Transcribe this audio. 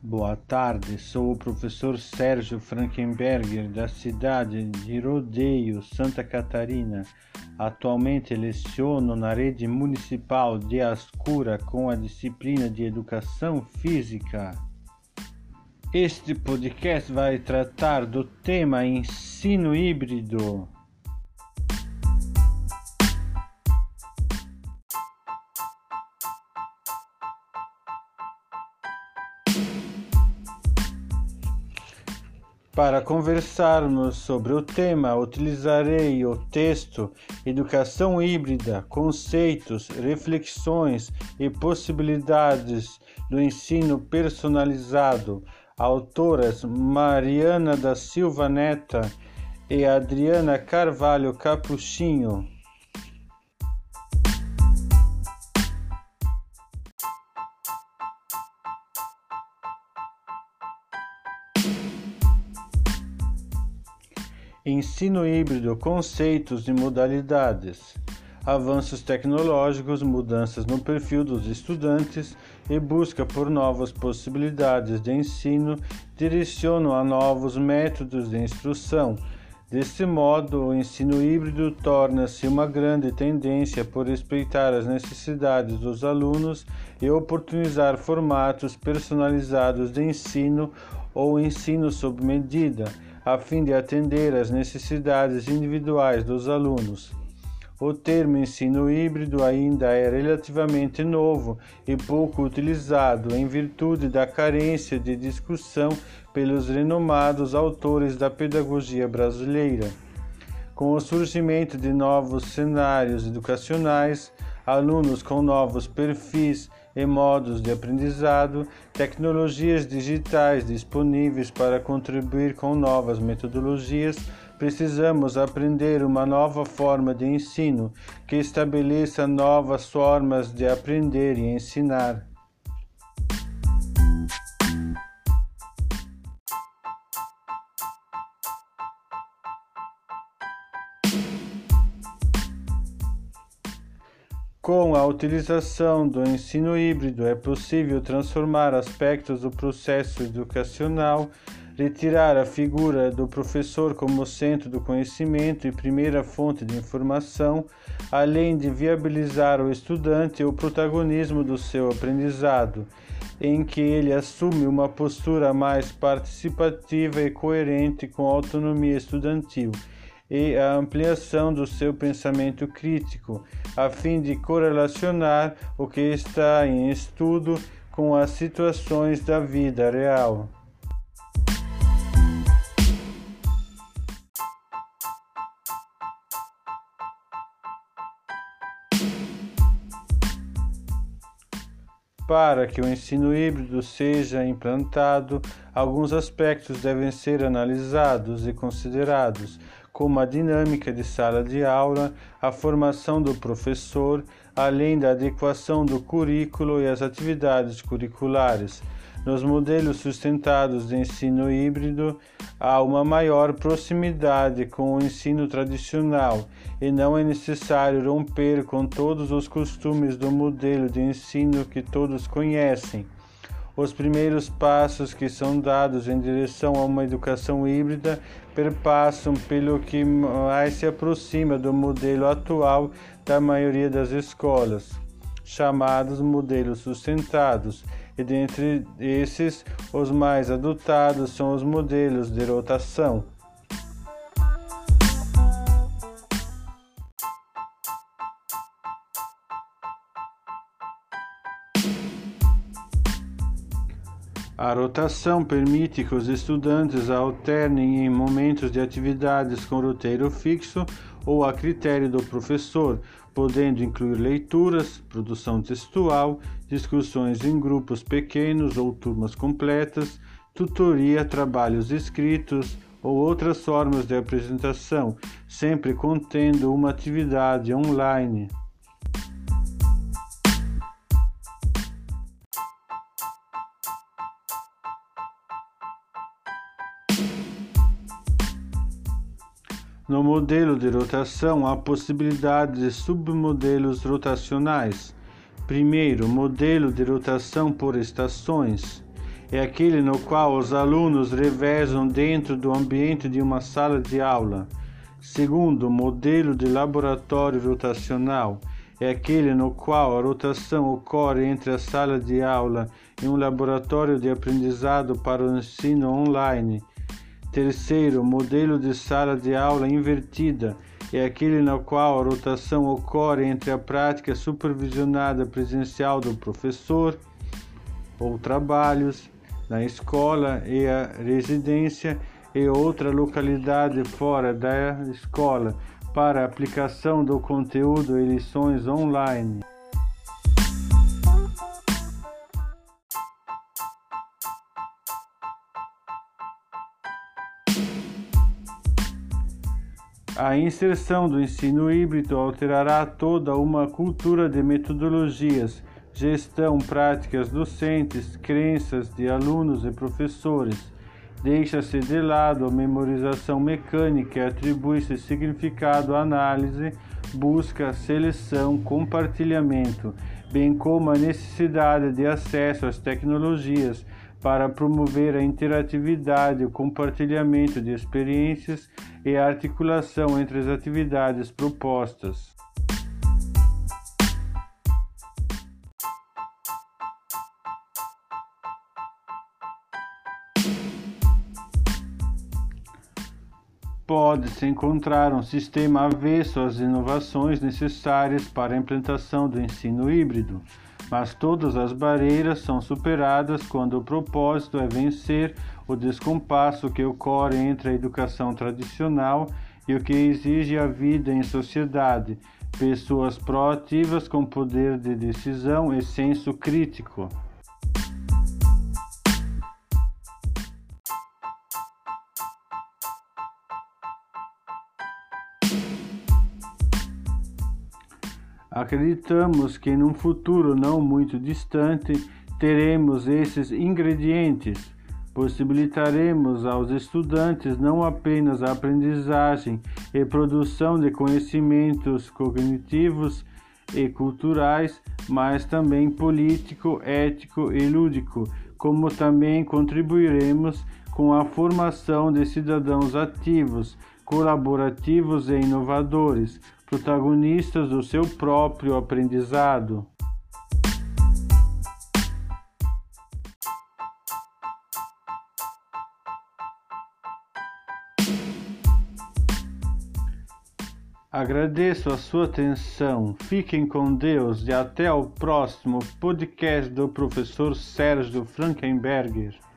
Boa tarde, sou o professor Sérgio Frankenberger, da cidade de Rodeio, Santa Catarina. Atualmente leciono na rede municipal de Ascura com a disciplina de Educação Física. Este podcast vai tratar do tema ensino híbrido. Para conversarmos sobre o tema, utilizarei o texto Educação Híbrida, Conceitos, Reflexões e Possibilidades do Ensino Personalizado, autoras Mariana da Silva Neta e Adriana Carvalho Capuchinho. Ensino híbrido, conceitos e modalidades. Avanços tecnológicos, mudanças no perfil dos estudantes e busca por novas possibilidades de ensino direcionam a novos métodos de instrução. Desse modo, o ensino híbrido torna-se uma grande tendência por respeitar as necessidades dos alunos e oportunizar formatos personalizados de ensino ou ensino sob medida, a fim de atender às necessidades individuais dos alunos. O termo ensino híbrido ainda é relativamente novo e pouco utilizado em virtude da carência de discussão pelos renomados autores da pedagogia brasileira. Com o surgimento de novos cenários educacionais, alunos com novos perfis e modos de aprendizado, tecnologias digitais disponíveis para contribuir com novas metodologias, precisamos aprender uma nova forma de ensino que estabeleça novas formas de aprender e ensinar. Com a utilização do ensino híbrido, é possível transformar aspectos do processo educacional, retirar a figura do professor como centro do conhecimento e primeira fonte de informação, além de viabilizar ao estudante o protagonismo do seu aprendizado, em que ele assume uma postura mais participativa e coerente com a autonomia estudantil e a ampliação do seu pensamento crítico, a fim de correlacionar o que está em estudo com as situações da vida real. Para que o ensino híbrido seja implantado, alguns aspectos devem ser analisados e considerados, como a dinâmica de sala de aula, a formação do professor, além da adequação do currículo e as atividades curriculares. Nos modelos sustentados de ensino híbrido, há uma maior proximidade com o ensino tradicional e não é necessário romper com todos os costumes do modelo de ensino que todos conhecem. Os primeiros passos que são dados em direção a uma educação híbrida perpassam pelo que mais se aproxima do modelo atual da maioria das escolas, chamados modelos sustentados, e dentre esses, os mais adotados são os modelos de rotação. A rotação permite que os estudantes alternem em momentos de atividades com roteiro fixo ou a critério do professor, podendo incluir leituras, produção textual, discussões em grupos pequenos ou turmas completas, tutoria, trabalhos escritos ou outras formas de apresentação, sempre contendo uma atividade online. No modelo de rotação, há possibilidade de submodelos rotacionais. Primeiro, modelo de rotação por estações. é aquele no qual os alunos revezam dentro do ambiente de uma sala de aula. Segundo, modelo de laboratório rotacional é aquele no qual a rotação ocorre entre a sala de aula e um laboratório de aprendizado para o ensino online. Terceiro, modelo de sala de aula invertida é aquele no qual a rotação ocorre entre a prática supervisionada presencial do professor ou trabalhos na escola e a residência e outra localidade fora da escola para a aplicação do conteúdo e lições online. A inserção do ensino híbrido alterará toda uma cultura de metodologias, gestão, práticas docentes, crenças de alunos e professores. Deixa-se de lado a memorização mecânica e atribui-se significado à análise, busca, seleção, compartilhamento, bem como a necessidade de acesso às tecnologias para promover a interatividade, o compartilhamento de experiências e a articulação entre as atividades propostas. Pode-se encontrar um sistema avesso às inovações necessárias para a implantação do ensino híbrido, mas todas as barreiras são superadas quando o propósito é vencer o descompasso que ocorre entre a educação tradicional e o que exige a vida em sociedade, pessoas proativas com poder de decisão e senso crítico. Acreditamos que num futuro não muito distante teremos esses ingredientes. Possibilitaremos aos estudantes não apenas a aprendizagem e produção de conhecimentos cognitivos e culturais, mas também político, ético e lúdico, como também contribuiremos com a formação de cidadãos ativos, colaborativos e inovadores, protagonistas do seu próprio aprendizado. Agradeço a sua atenção, fiquem com Deus e até o próximo podcast do professor Sérgio Frankenberger.